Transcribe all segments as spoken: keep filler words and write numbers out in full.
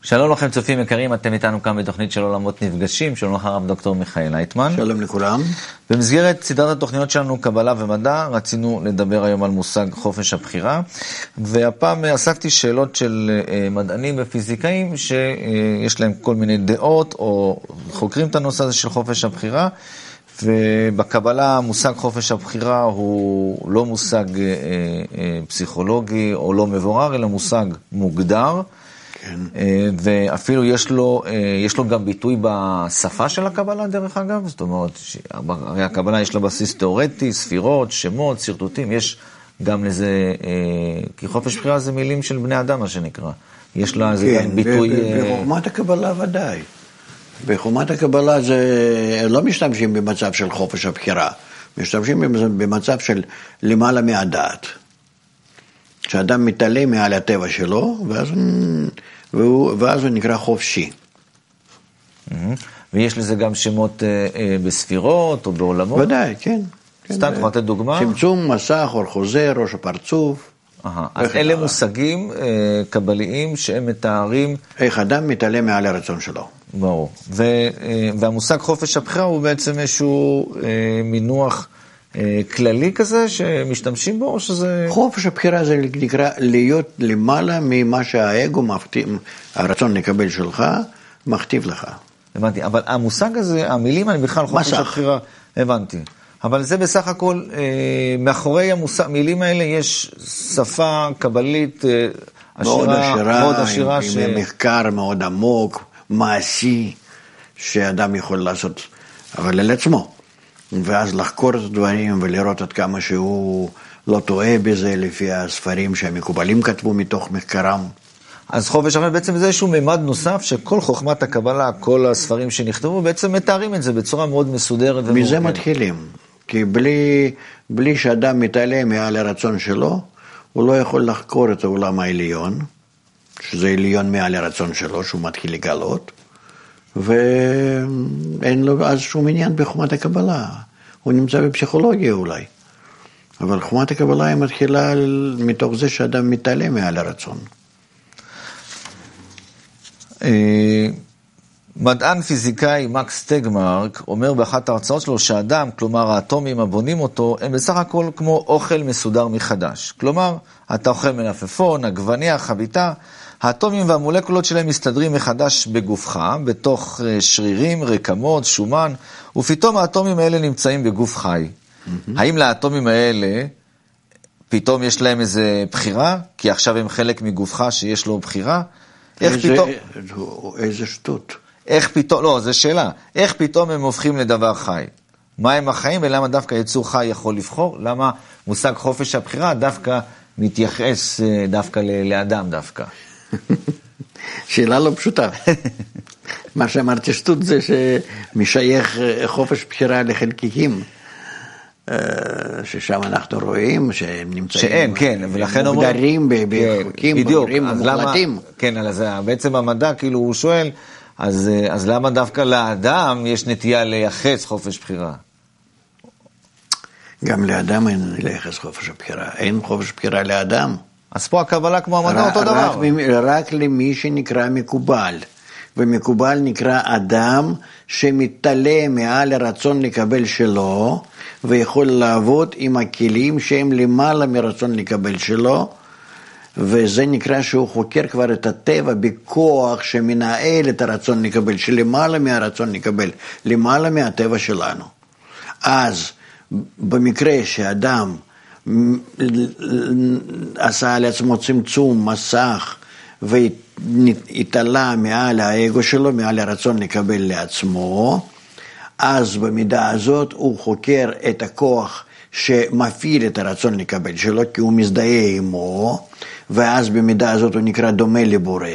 שלום לכם צופים יקרים, אתם איתנו כאן בתוכנית של עולמות נפגשים. שלום לך הרב דוקטור מיכאל לייטמן. שלום לכולם. במסגרת סדרת התוכניות שלנו קבלה ומדע, רצינו לדבר היום על מושג חופש הבחירה, והפעם אספתי שאלות של מדענים ופיזיקאים שיש להם כל מיני דעות או חוקרים את הנושא הזה של חופש הבחירה, ובקבלה מושג חופש הבחירה הוא לא מושג פסיכולוגי או לא מבורר, אלא מושג מוגדר. כן. ואפילו יש לו, יש לו גם ביטוי בשפה של הקבלה דרך אגב, זאת אומרת, הרי הקבלה יש לה בסיס תיאורטי, ספירות, שמות, שרטוטים, יש גם לזה, כי חופש בחירה זה מילים של בני אדם מה שנקרא, יש לה זה גם ביטוי... בחוכמת הקבלה ודאי, בחוכמת הקבלה זה לא משתמשים במצב של חופש הבחירה, משתמשים במצב של למעלה מהדעת, שאדם מתעלה מעל הטבע שלו, ואז, והוא, ואז הוא נקרא חופשי. ויש לזה גם שמות בספירות או בעולמות? ודאי, כן. סתם תוכל לתת דוגמה? צמצום, מסך, אור חוזר, ראש הפרצוף. אז אלה מושגים קבליים שהם מתארים... איך אדם מתעלה מעל הרצון שלו. ברור. והמושג חופש הבחירה הוא בעצם איזשהו מינוח... כללי כזה שמשתמשים בו, או שזה... חופש הבחירה זה נקרא להיות למעלה ממה שהאגו מכתיב, הרצון לקבל שלך, מכתיב לך. הבנתי, אבל המושג הזה, המילים, אני בכלל חופש הבחירה, הבנתי. אבל זה בסך הכל, מאחורי המילים האלה יש שפה קבלית עשירה, מאוד עשירה, עם, ש... עם מחקר מאוד עמוק, מעשי, שאדם יכול לעשות, אבל על עצמו. ואז לחקור את הדברים ולראות עד כמה שהוא לא טועה בזה לפי הספרים שהמקובלים כתבו מתוך מחקרם. אז חופש הבחירה בעצם זה איזשהו מימד נוסף שכל חוכמת הקבלה, כל הספרים שנכתבו בעצם מתארים את זה בצורה מאוד מסודרת ומורכבת. מזה מתחילים, כי בלי, בלי שאדם מתעלה מעל הרצון שלו, הוא לא יכול לחקור את העולם העליון, שזה עליון מעל הרצון שלו, שהוא מתחיל לגלות, ואין לו אז שום עניין בחוכמת הקבלה. הוא נמצא בפסיכולוגיה אולי. אבל חוכמת הקבלה היא מתחילה מתוך זה שאדם מתעלה מעל הרצון. מדען פיזיקאי מקס טגמרק אומר באחת ההרצאות שלו שהאדם, כלומר האטומים הבונים אותו, הם בסך הכל כמו אוכל מסודר מחדש. כלומר, אתה אוכל מלפפון, עגבנייה, חביתה, האטומים והמולקולות שלהם מסתדרים מחדש בגופך, בתוך שרירים, רקמות, שומן, ופתאום האטומים האלה נמצאים בגוף חי. Mm-hmm. האם לאטומים האלה פתאום יש להם איזה בחירה? כי עכשיו הם חלק מגופך שיש לו בחירה? איך איזה, פתאום... איזה שטות. איך פתאום... לא, זו שאלה. איך פתאום הם הופכים לדבר חי? מה הם החיים ולמה דווקא יצור חי יכול לבחור? למה מושג חופש הבחירה דווקא מתייחס דווקא לאדם דווקא? שאלה לא פשוטה. מה שאמרתי שטות זה שמשייך חופש בחירה לחלקיקים, ששם אנחנו רואים שהם נמצאים שאין, כן, ולכן מוגדרים בחוקים, ברורים ומוחלטים. כן, אז בעצם המדע כאילו הוא שואל, אז, אז למה דווקא לאדם יש נטייה לייחס חופש בחירה? גם לאדם אין לייחס חופש הבחירה, אין חופש בחירה לאדם. אז פה הקבלה כמו המדע אותו דבר. רק למי שנקרא מקובל, ומקובל נקרא אדם שמתעלה מעל הרצון לקבל שלו, ויכול לעבוד עם הכלים שהם למעלה מרצון לקבל שלו, וזה נקרא שהוא חוקר כבר את הטבע בכוח שמנהל את הרצון לקבל, שלמעלה מהרצון לקבל, למעלה מהטבע שלנו. אז במקרה שאדם עשה על עצמו צמצום, מסך, והתעלה מעל האגו שלו, מעל הרצון לקבל לעצמו, אז במידה הזאת הוא חוקר את הכוח שמפעיל את הרצון לקבל שלו, כי הוא מזדהה עמו, ואז במידה הזאת הוא נקרא דומה לבורא,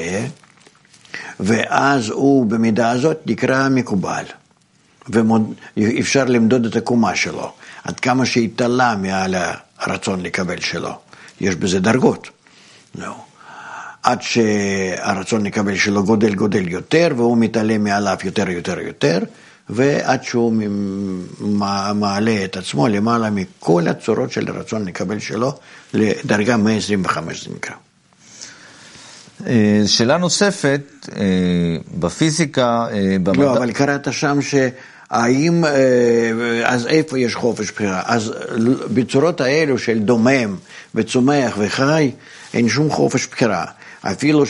ואז הוא במידה הזאת נקרא מקובל, ואפשר למדוד את הקומה שלו, עד כמה שהתעלה מעל הרצון לקבל שלו. יש בזה דרגות. לא. עד שהרצון לקבל שלו גודל גודל יותר, והוא מתעלה מעליו יותר יותר יותר, ועד שהוא מעלה את עצמו למעלה מכל הצורות של הרצון לקבל שלו, לדרגה מאה עשרים וחמש זה נקרא. שאלה נוספת, בפיזיקה... במדע... לא, אבל קראת שם שהאם, אז איפה יש חופש בחירה? אז בצורות האלו של דומם וצומח וחי, אין שום חופש בחירה. אפילו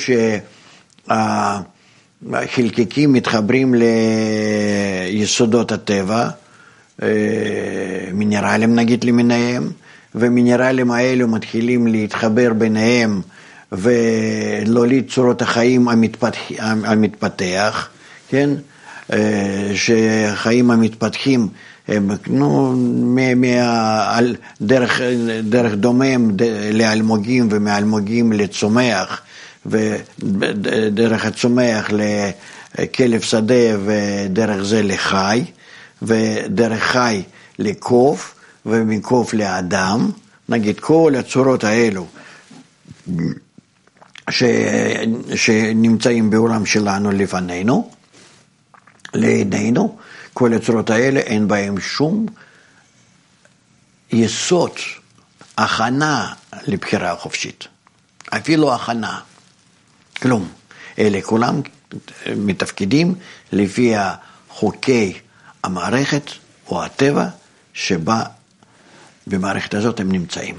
שהחלקיקים מתחברים ליסודות הטבע, מינרלים נגיד למיניהם, ומינרלים האלו מתחילים להתחבר ביניהם, ולהוליד צורות החיים המתפתח, המתפתח, כן? שחיים המתפתחים הם, נו, מה, דרך, דרך דומם לאלמוגים ומאלמוגים לצומח, ודרך הצומח לכלב שדה ודרך זה לחי, ודרך חי לקוף ומקוף לאדם, נגיד כל הצורות האלו ש... שנמצאים בעולם שלנו לפנינו, לעינינו, כל הצורות האלה אין בהם שום יסוד, הכנה לבחירה חופשית, אפילו הכנה, כלום. אלה כולם מתפקידים לפי חוקי המערכת או הטבע שבה במערכת הזאת הם נמצאים.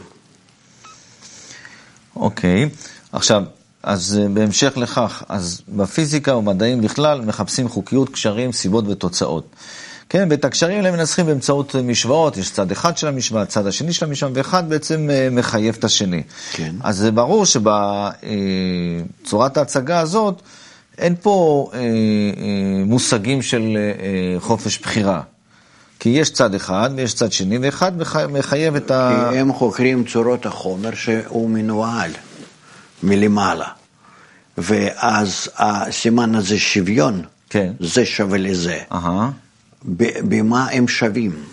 אוקיי, עכשיו, אז בהמשך לכך, אז בפיזיקה ומדעים בכלל מחפשים חוקיות, קשרים, סיבות ותוצאות. כן, ואת הקשרים הם מנסחים באמצעות משוואות, יש צד אחד של המשוואה, צד השני של המשוואה, ואחד בעצם מחייב את השני. כן. אז זה ברור שבצורת ההצגה הזאת, אין פה מושגים של חופש בחירה. כי יש צד אחד ויש צד שני, ואחד מחייב את ה... כי הם חוקרים צורות החומר שהוא מנוהל מלמעלה. ואז הסימן הזה שוויון, כן. זה שווה לזה. Uh-huh. במה הם שווים?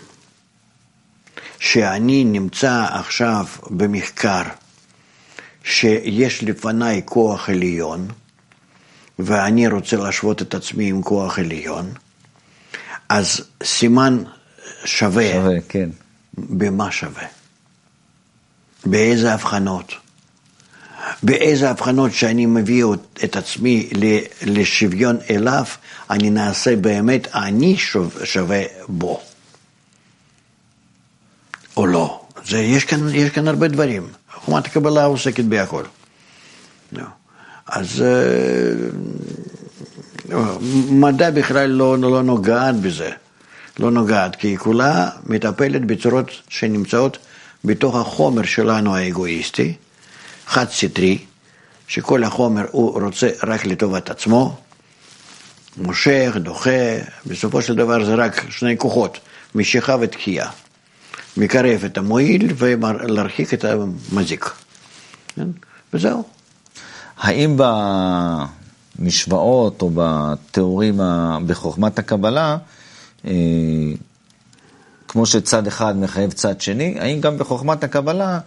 שאני נמצא עכשיו במחקר שיש לפניי כוח עליון, ואני רוצה להשוות את עצמי עם כוח עליון, אז סימן שווה, שווה, כן. במה שווה? באיזה הבחנות? באיזה הבחנות שאני מביא את עצמי לשוויון אליו, אני נעשה באמת, אני שווה בו. או לא. זה, יש כאן, יש כאן הרבה דברים. חוכמת הקבלה עוסקת בהכל. אז מדע בכלל לא, לא נוגעת בזה. לא נוגעת, כי היא כולה מטפלת בצורות שנמצאות בתוך החומר שלנו האגואיסטי, חד סטרי, שכל החומר הוא רוצה רק לטובת עצמו, מושך, דוחה, בסופו של דבר זה רק שני כוחות, משיכה ותקיעה. מקרב את המועיל ולהרחיק את המזיק. וזהו. האם במשוואות או בתיאורים בחוכמת הקבלה, כמו שצד אחד מחייב צד שני, האם גם בחוכמת הקבלה,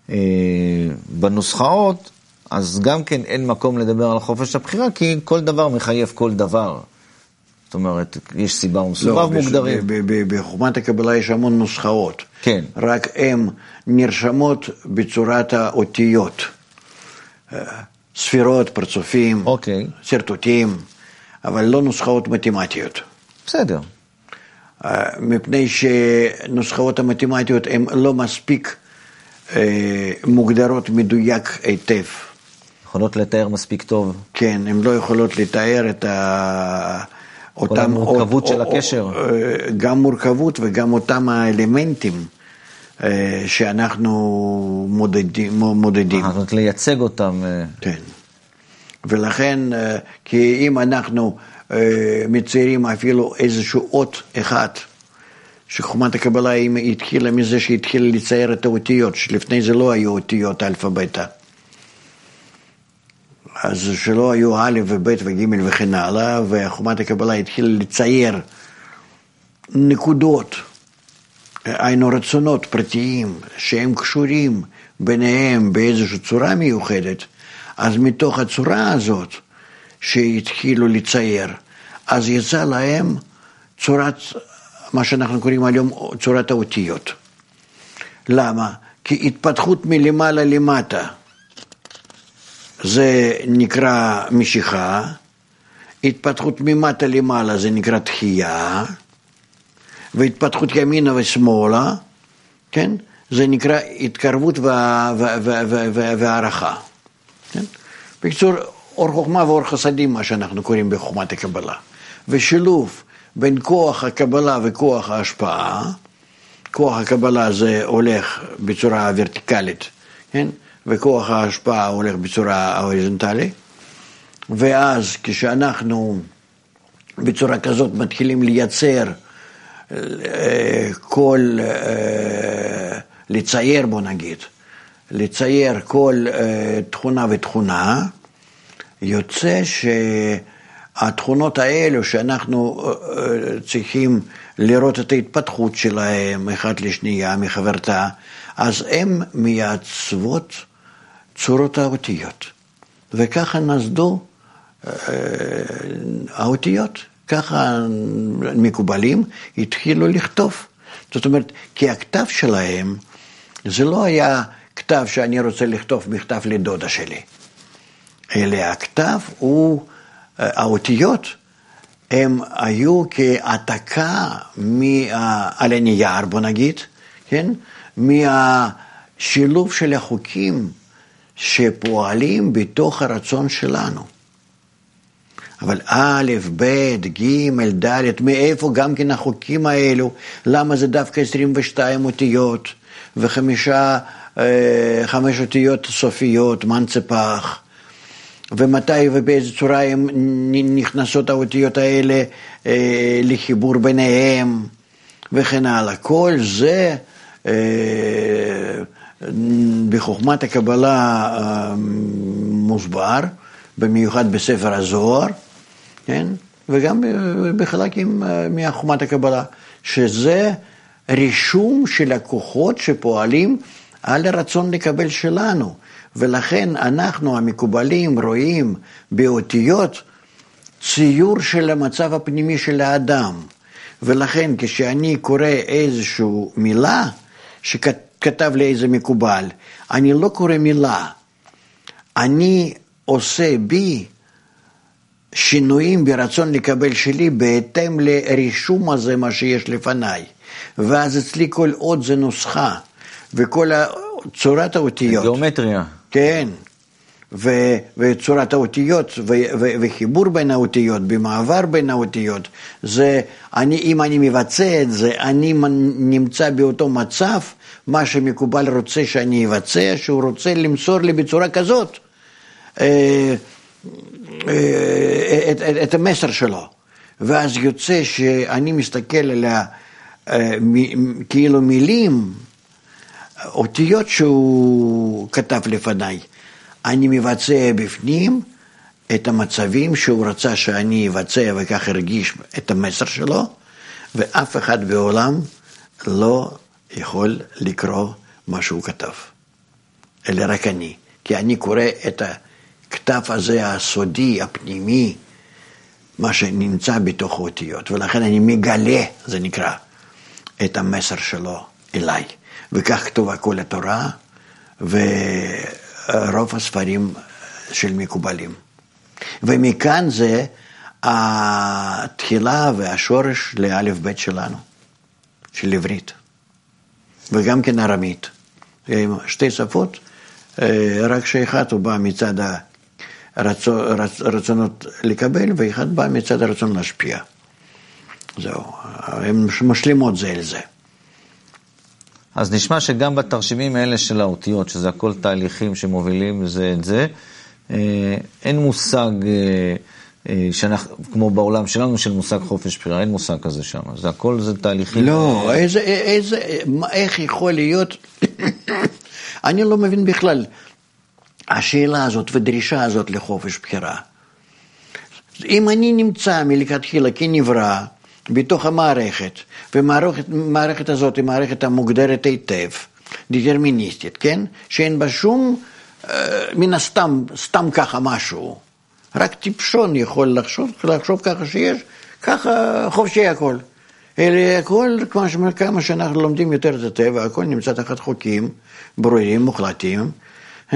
בנוסחאות, אז גם כן אין מקום לדבר על חופש הבחירה, כי כל דבר מחייב כל דבר. זאת אומרת, יש סיבה ומסובב לא, מוגדרים. בחוכמת הקבלה יש המון נוסחאות. כן. רק הן נרשמות בצורת האותיות. ספירות, פרצופים, אוקיי. סרטוטים, אבל לא נוסחאות מתמטיות. בסדר. מפני שנוסחאות המתמטיות הן לא מספיק מוגדרות מדויק היטב. יכולות לתאר מספיק טוב. כן, הן לא יכולות לתאר את ה... כל המורכבות של הקשר. גם מורכבות וגם אותם האלמנטים שאנחנו מודדים. מודדים. זאת אומרת, לייצג אותם. כן. ולכן, כי אם אנחנו מציירים אפילו איזשהו אות אחד, שחוכמת הקבלה היא התחילה מזה שהתחילה לצייר את האותיות, שלפני זה לא היו אותיות אלפא בטא. אז שלא היו א' וב' וג' וכן הלאה, וחוכמת הקבלה התחילה לצייר נקודות, היינו רצונות פרטיים, שהם קשורים ביניהם באיזושהי צורה מיוחדת, אז מתוך הצורה הזאת שהתחילו לצייר, אז יצא להם צורת, מה שאנחנו קוראים היום צורת האותיות. למה? כי התפתחות מלמעלה למטה, זה נקרא משיכה, התפתחות ממטה למעלה זה נקרא תחייה, והתפתחות ימינה ושמאלה, כן? זה נקרא התקרבות והערכה. כן? בקיצור, אור חוכמה ואור חסדים, מה שאנחנו קוראים בחוכמת הקבלה. ושילוב בין כוח הקבלה וכוח ההשפעה, כוח הקבלה זה הולך בצורה ורטיקלית, כן? וכוח ההשפעה הולך בצורה הוריזונטלית, ואז כשאנחנו בצורה כזאת מתחילים לייצר כל, לצייר בוא נגיד, לצייר כל תכונה ותכונה, יוצא שהתכונות האלו שאנחנו צריכים לראות את ההתפתחות שלהם אחד לשנייה מחברתה, אז הן מייצבות צורות האותיות, וככה נוסדו האותיות, ככה מקובלים התחילו לכתוב. זאת אומרת, כי הכתב שלהם זה לא היה כתב שאני רוצה לכתוב מכתב לדודה שלי, אלא הכתב הוא, האותיות הם היו כעתקה מה, על הנייר בוא נגיד, כן? מהשילוב של החוקים שפועלים בתוך הרצון שלנו. אבל א', ב', ג', ד', מאיפה גם כן החוקים האלו, למה זה דווקא עשרים ושתיים אותיות, וחמישה, חמש אותיות סופיות, מנצפח, ומתי ובאיזה צורה הם נכנסות האותיות האלה לחיבור ביניהם, וכן הלאה. כל זה בחוכמת הקבלה מוסבר, במיוחד בספר הזוהר, כן? וגם בחלקים מחוכמת הקבלה, שזה רישום של הכוחות שפועלים על הרצון לקבל שלנו, ולכן אנחנו המקובלים רואים באותיות ציור של המצב הפנימי של האדם, ולכן כשאני קורא איזושהי מילה שכתב לי איזה מקובל, אני לא קורא מילה, אני עושה בי שינויים ברצון לקבל שלי בהתאם לרישום הזה מה שיש לפניי, ואז אצלי כל עוד זה נוסחה, וכל צורת האותיות. גיאומטריה. כן, ו, וצורת האותיות, ו, ו, וחיבור בין האותיות, במעבר בין האותיות, זה, אני, אם אני מבצע את זה, אני נמצא באותו מצב, מה שמקובל רוצה שאני אבצע, שהוא רוצה למסור לי בצורה כזאת, את, את, את המסר שלו. ואז יוצא שאני מסתכל על כאילו מילים, אותיות שהוא כתב לפניי, אני מבצע בפנים את המצבים שהוא רצה שאני אבצע וכך הרגיש את המסר שלו, ואף אחד בעולם לא יכול לקרוא מה שהוא כתב, אלא רק אני, כי אני קורא את הכתב הזה הסודי, הפנימי, מה שנמצא בתוך האותיות, ולכן אני מגלה, זה נקרא, את המסר שלו אליי. וכך כתובה כל התורה ורוב הספרים של מקובלים. ומכאן זה התחילה והשורש לאלף בית שלנו, של עברית. וגם כן ארמית. שתי שפות, רק שאחד הוא בא מצד הרצונות לקבל, ואחד בא מצד הרצון להשפיע. זהו, הם משלימות זה אל זה. אז נשמע שגם בתרשימים האלה של האותיות, שזה הכל תהליכים שמובילים זה את זה, אין מושג, שאנחנו, כמו בעולם שלנו, של מושג חופש בחירה, אין מושג כזה שם. זה הכל זה תהליכים. לא, איזה, איזה, איך יכול להיות, אני לא מבין בכלל, השאלה הזאת ודרישה הזאת לחופש בחירה. אם אני נמצא מלכתחילה כנברא, בתוך המערכת, והמערכת הזאת היא מערכת המוגדרת היטב, דטרמיניסטית, כן? שאין בה שום, מן הסתם, סתם ככה משהו. רק טיפשון יכול לחשוב, לחשוב ככה שיש, ככה חופשי הכל. אלא הכל, כמה שאנחנו לומדים יותר את הטבע, הכל נמצא תחת חוקים, ברורים, מוחלטים, כן?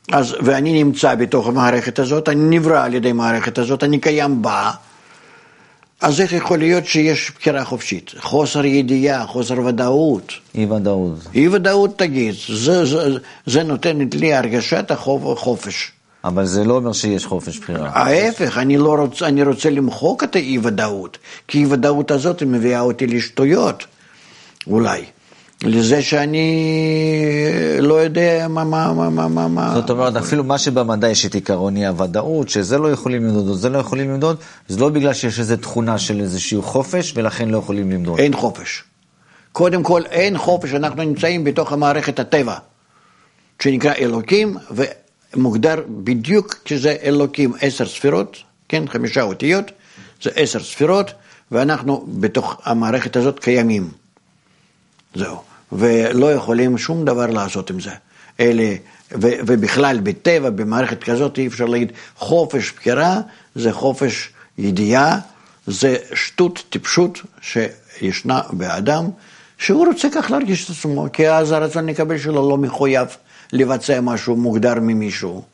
אז, ואני נמצא בתוך המערכת הזאת, אני נברא על ידי המערכת הזאת, אני קיים בה, אז איך יכול להיות שיש בחירה חופשית? חוסר ידיעה, חוסר ודאות. אי ודאות. אי ודאות תגיד, זה, זה, זה נותנת לי הרגשת החופש. אבל זה לא אומר שיש חופש בחירה. ההפך, אני, לא רוצה, אני רוצה למחוק את האי ודאות, כי אי ודאות הזאת מביאה אותי לשטויות, אולי. לזה שאני לא יודע מה, מה, מה, מה, מה. זאת אומרת, אפילו מה שבמדע יש את עיקרון אי הוודאות, שזה לא יכולים למדוד, זה לא יכולים למדוד, זה לא בגלל שיש איזו תכונה של איזשהו חופש, ולכן לא יכולים למדוד. אין חופש. קודם כל, אין חופש, אנחנו נמצאים בתוך המערכת הטבע, שנקרא אלוקים, ומוגדר בדיוק שזה אלוקים, עשר ספירות, כן, חמישה אותיות, זה עשר ספירות, ואנחנו בתוך המערכת הזאת קיימים. זהו. ולא יכולים שום דבר לעשות עם זה. אלה, ו, ובכלל בטבע, במערכת כזאת, אי אפשר להגיד, חופש בחירה, זה חופש ידיעה, זה שטות, טיפשות, שישנה באדם, שהוא רוצה כך להרגיש את עצמו, כי אז הרצון לקבל שלו לא מחויב לבצע משהו מוגדר ממישהו.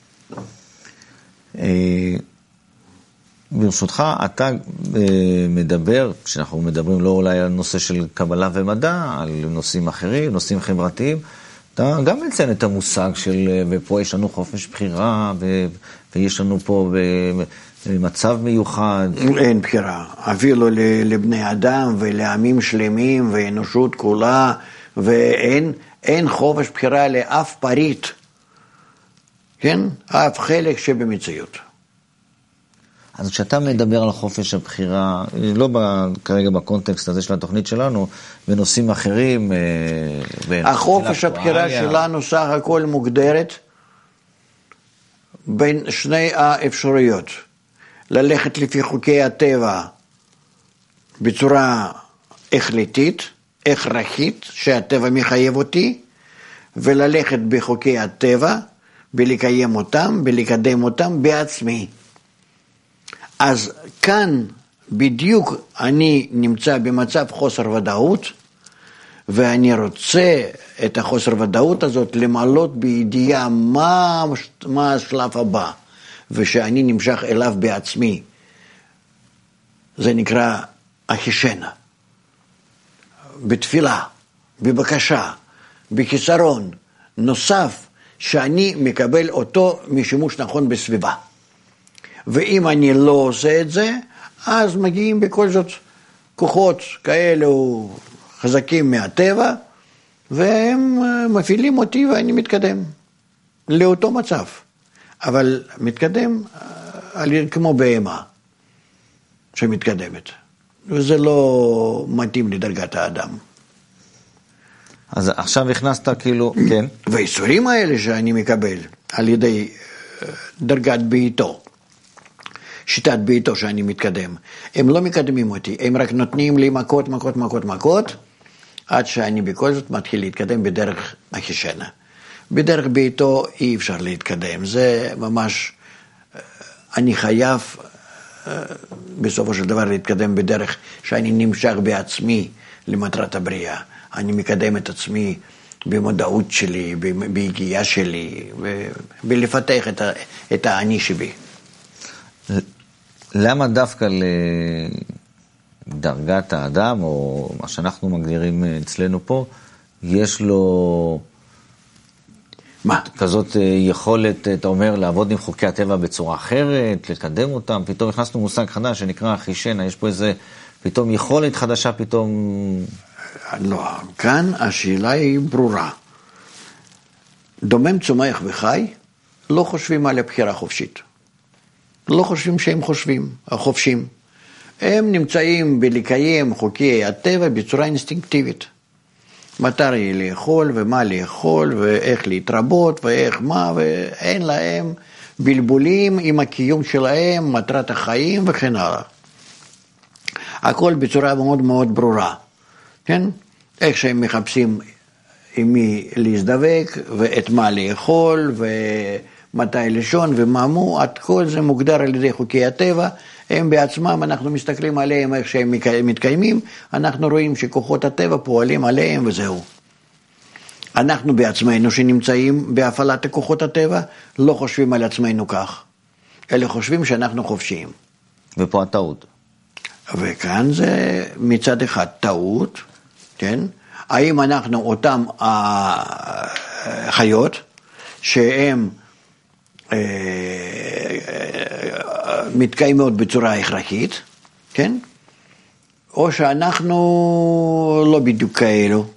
ברשותך, אתה מדבר, כשאנחנו מדברים לא אולי על נושא של קבלה ומדע, על נושאים אחרים, נושאים חברתיים, אתה גם מציין את המושג של, ופה יש לנו חופש בחירה, ו, ויש לנו פה מצב מיוחד. אין בחירה, אפילו לבני אדם ולעמים שלמים ואנושות כולה, ואין אין חופש בחירה לאף פריט, כן? אף חלק שבמציאות. אז כשאתה מדבר על חופש הבחירה, לא כרגע בקונטקסט הזה של התוכנית שלנו, בנושאים אחרים, החופש הבחירה שלנו סך הכל מוגדרת בין שני האפשרויות, ללכת לפי חוקי הטבע בצורה החלטית, הכרחית, שהטבע מחייב אותי, וללכת בחוקי הטבע, בלקיים אותם, בלקדם אותם בעצמי. אז כאן בדיוק אני נמצא במצב חוסר ודאות, ואני רוצה את החוסר ודאות הזאת למעלות בידיעה מה, מה השלב הבא, ושאני נמשך אליו בעצמי. זה נקרא אחישנה. בתפילה, בבקשה, בכיסרון, נוסף שאני מקבל אותו משימוש נכון בסביבה. ואם אני לא עושה את זה, אז מגיעים בכל זאת כוחות כאלו חזקים מהטבע, והם מפעילים אותי ואני מתקדם לאותו מצב. אבל מתקדם כמו בהמה שמתקדמת. וזה לא מתאים לדרגת האדם. אז עכשיו הכנסת כאילו, כן. והאיסורים האלה שאני מקבל על ידי דרגת בעיתו, שיטת בעיתו שאני מתקדם, הם לא מקדמים אותי, הם רק נותנים לי מכות, מכות, מכות, מכות, עד שאני בכל זאת מתחיל להתקדם בדרך אחישנה. בדרך בעיתו אי אפשר להתקדם, זה ממש, אני חייב בסופו של דבר להתקדם בדרך שאני נמשך בעצמי למטרת הבריאה. אני מקדם את עצמי במודעות שלי, בהגיעה שלי, בלפתח את, את האני שבי. למה דווקא לדרגת האדם, או מה שאנחנו מגדירים אצלנו פה, יש לו מה? כזאת יכולת, אתה אומר, לעבוד עם חוקי הטבע בצורה אחרת, לקדם אותם, פתאום הכנסנו מושג חדש שנקרא אחישנה, יש פה איזה פתאום יכולת חדשה, פתאום... לא, כאן השאלה היא ברורה. דומם, צומח וחי לא חושבים על הבחירה חופשית. לא חושבים שהם חושבים, החופשים. הם נמצאים בלקיים חוקי הטבע בצורה אינסטינקטיבית. מתי לאכול ומה לאכול ואיך להתרבות ואיך מה, ואין להם בלבולים עם הקיום שלהם, מטרת החיים וכן הלאה. הכל בצורה מאוד מאוד ברורה. כן? איך שהם מחפשים עם מי להזדבק ואת מה לאכול ומתי לישון ומה מו, עד כל זה מוגדר על ידי חוקי הטבע. הם בעצמם, אנחנו מסתכלים עליהם איך שהם מתקיימים, אנחנו רואים שכוחות הטבע פועלים עליהם וזהו. אנחנו בעצמנו שנמצאים בהפעלת כוחות הטבע, לא חושבים על עצמנו כך, אלא חושבים שאנחנו חופשיים. ופה הטעות. וכאן זה מצד אחד טעות, כן? האם אנחנו אותם החיות שהן מתקיימות בצורה הכרחית, כן? או שאנחנו לא בדיוק כאלו.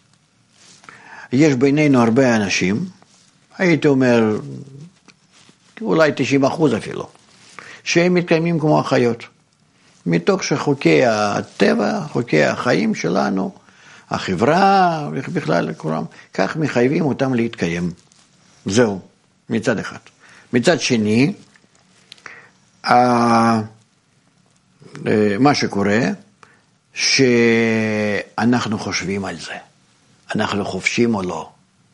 יש בינינו הרבה אנשים, הייתי אומר, אולי תשעים אחוז אפילו, שהם מתקיימים כמו החיות. מתוך שחוקי הטבע, חוקי החיים שלנו, החברה, בכלל כולם, כך מחייבים אותם להתקיים. זהו, מצד אחד. מצד שני, מה שקורה, שאנחנו חושבים על זה. אנחנו חופשים או לא.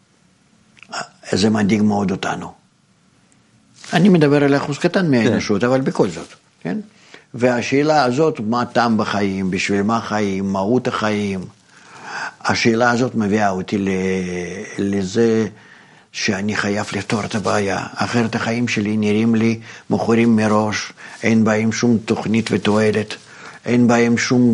זה מדאיג מאוד אותנו. אני מדבר על אחוז קטן מהאנושות, אבל בכל זאת, כן? והשאלה הזאת, מה טעם בחיים, בשביל מה חיים, מהות החיים, השאלה הזאת מביאה אותי לזה שאני חייב לפתור את הבעיה. אחרת החיים שלי נראים לי מכורים מראש, אין בהם שום תוכנית ותועלת, אין בהם שום...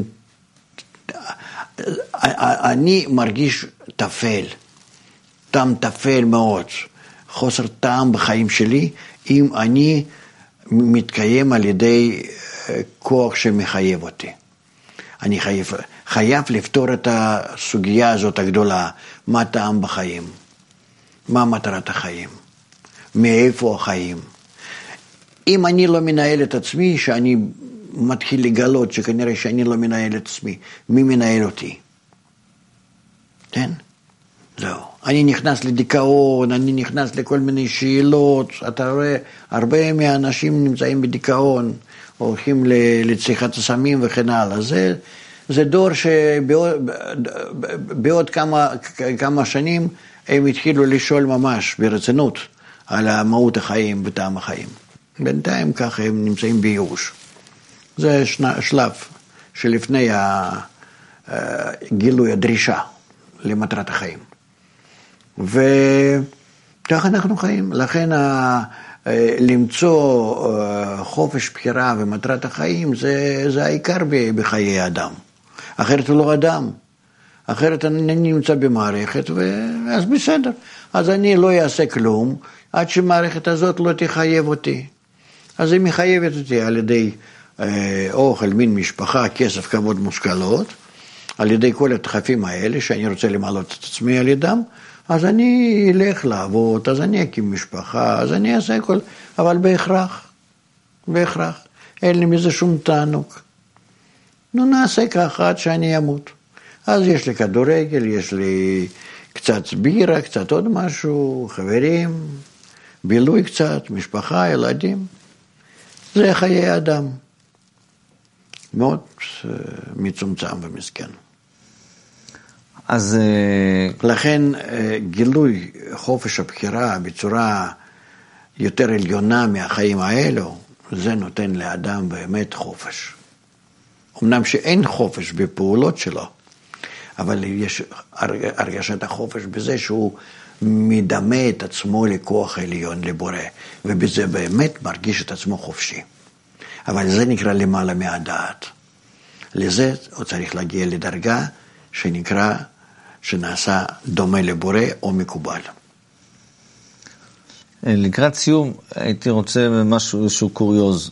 אני מרגיש תפל, טעם תפל מאוד, חוסר טעם בחיים שלי, אם אני מתקיים על ידי כוח שמחייב אותי. אני חייב, חייב לפתור את הסוגיה הזאת הגדולה, מה טעם בחיים, מה מטרת החיים, מאיפה החיים. אם אני לא מנהל את עצמי, שאני מתחיל לגלות שכנראה שאני לא מנהל את עצמי, מי מנהל אותי? כן? זהו. אני נכנס לדיכאון, אני נכנס לכל מיני שאלות, אתה רואה, הרבה מהאנשים נמצאים בדיכאון, הולכים לצריכת הסמים וכן הלאה. זה, זה דור שבעוד בעוד כמה, כמה שנים הם התחילו לשאול ממש ברצינות על מהות החיים וטעם החיים. בינתיים ככה הם נמצאים בייאוש. זה שלב שלפני גילוי הדרישה למטרת החיים. וכך אנחנו חיים. לכן למצוא חופש בחירה ומטרת החיים זה, זה העיקר בחיי אדם. אחרת הוא לא אדם. אחרת אני נמצא במערכת ואז בסדר. אז אני לא אעשה כלום עד שמערכת הזאת לא תחייב אותי. אז היא מחייבת אותי על ידי אוכל, מין משפחה, כסף, כבוד, מושכלות, על ידי כל הדחפים האלה שאני רוצה למעלות את עצמי על ידם, אז אני אלך לעבוד, אז אני אקים משפחה, אז אני אעשה הכל, אבל בהכרח, בהכרח, אין לי מזה שום תענוג. נו נעשה ככה עד שאני אמות. אז יש לי כדורגל, יש לי קצת בירה, קצת עוד משהו, חברים, בילוי קצת, משפחה, ילדים. זה חיי אדם. מאוד מצומצם ומסכן. אז לכן גילוי חופש הבחירה בצורה יותר עליונה מהחיים האלו, זה נותן לאדם באמת חופש. אמנם שאין חופש בפעולות שלו, אבל יש הרגשת החופש בזה שהוא מדמה את עצמו לכוח עליון, לבורא, ובזה באמת מרגיש את עצמו חופשי. אבל זה נקרא למעלה מהדעת. לזה הוא צריך להגיע לדרגה שנקרא, שנעשה דומה לבורא או מקובל. לקראת סיום, הייתי רוצה משהו, איזשהו קוריוז.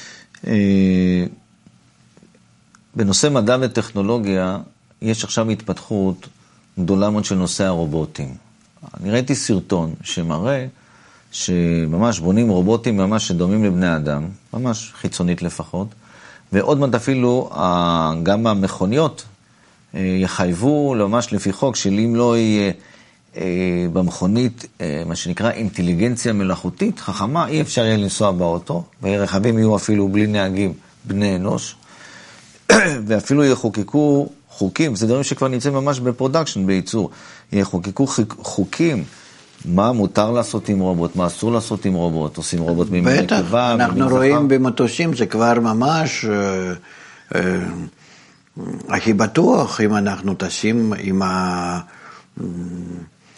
בנושא מדע וטכנולוגיה, יש עכשיו התפתחות גדולה מאוד של נושא הרובוטים. אני ראיתי סרטון שמראה שממש בונים רובוטים ממש שדומים לבני אדם, ממש חיצונית לפחות, ועוד מעט אפילו גם המכוניות יחייבו ממש לפי חוק של אם לא יהיה במכונית מה שנקרא אינטליגנציה מלאכותית, חכמה, אי אפשר יהיה לנסוע באוטו, ורכבים יהיו אפילו בלי נהגים בני אנוש, ואפילו יחוקקו חוקים, זה דברים שכבר נמצאים ממש בפרודקשן, בייצור, יחוקקו חוקים, מה מותר לעשות עם רובוט, מה אסור לעשות עם רובוט, עושים רובוט ממין נקבה. בטח, אנחנו רואים במטוסים, זה כבר ממש אה, אה, הכי בטוח, אם אנחנו טסים עם, ה,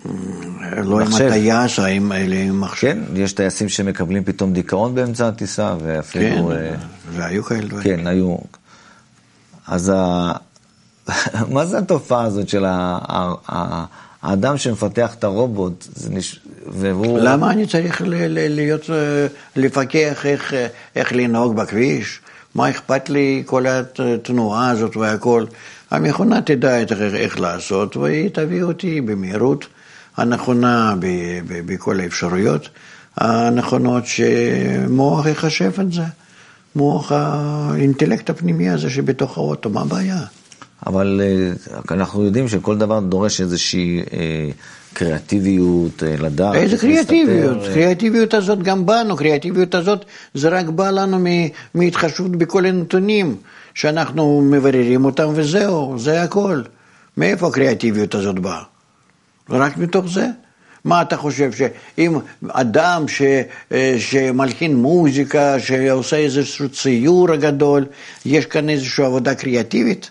לא עם הטייס, עם אלה עם מחשב. כן, יש טייסים שמקבלים פתאום דיכאון באמצע הטיסה, ואפילו... כן, והיו כאלה דברים. כן, היו... אז ה... מה זה התופעה הזאת של האדם שמפתח את הרובוט, והוא... למה אני צריך להיות, לפקח איך, איך לנהוג בכביש? מה אכפת לי כל התנועה הזאת והכל? המכונה תדע איך, איך לעשות, והיא תביא אותי במהירות הנכונה בכל האפשרויות הנכונות שמוח יחשב את זה. מוח האינטלקט הפנימי הזה שבתוך האוטו, מה הבעיה? אבל אנחנו יודעים שכל דבר דורש איזושהי קריאטיביות, לדעת. איזה קריאטיביות? קריאטיביות הזאת גם בנו, קריאטיביות הזאת זה רק בא לנו מהתחשבות בכל הנתונים שאנחנו מבררים אותם וזהו, זה הכל. מאיפה הקריאטיביות הזאת באה? רק מתוך זה? מה אתה חושב, שאם אדם ש, שמלחין מוזיקה, שעושה איזשהו ציור הגדול, יש כאן איזושהי עבודה קריאטיבית?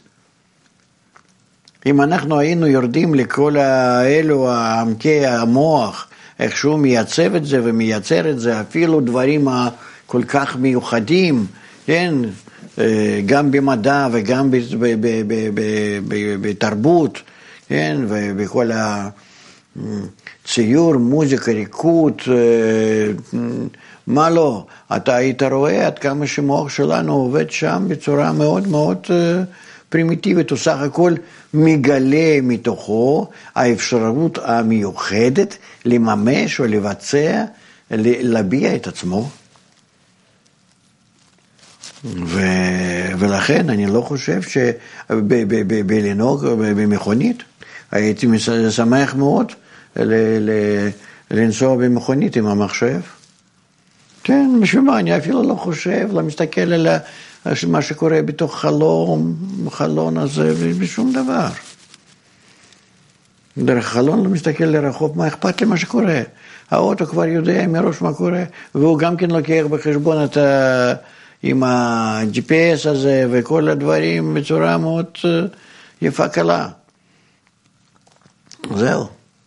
אם אנחנו היינו יורדים לכל האלו, העמקי המוח, איך שהוא מייצב את זה ומייצר את זה, אפילו דברים כל כך מיוחדים, כן? גם במדע וגם בתרבות, כן? ובכל הציור, מוזיקה, ריקוד, מה לא? אתה היית רואה עד כמה שמוח שלנו עובד שם בצורה מאוד מאוד פרימיטיבית, הוא סך הכל מגלה מתוכו האפשרות המיוחדת לממש או לבצע, להביע את עצמו. ו... ולכן אני לא חושב שבלנהוג במכונית, הייתי שמח מאוד ל... ל... לנסוע במכונית עם המחשב. כן, בשביל מה? אני אפילו לא חושב, לא מסתכל על מה שקורה בתוך חלום, חלון הזה, ובשום דבר. דרך חלון לא מסתכל לרחוב, מה אכפת לי מה שקורה? האוטו כבר יודע מראש מה קורה, והוא גם כן לוקח בחשבון את ה... עם ה-ג'י פי אס הזה וכל הדברים בצורה מאוד יפה קלה. זהו.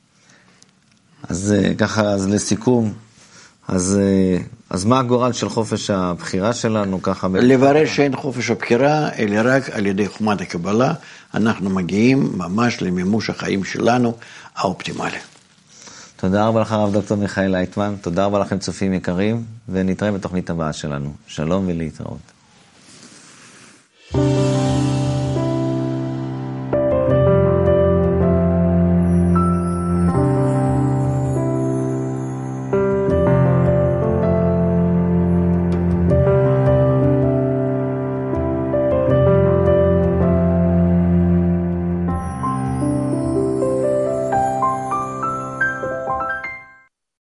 אז ככה, אז לסיכום, אז, אז מה הגורל של חופש הבחירה שלנו? ככה לברר שאין חופש הבחירה, אלא רק על ידי חוכמת הקבלה, אנחנו מגיעים ממש למימוש החיים שלנו האופטימלי. תודה רבה לך הרב דוקטור מיכאל לייטמן, תודה רבה לכם צופים יקרים, ונתראה בתוכנית הבאה שלנו. שלום ולהתראות.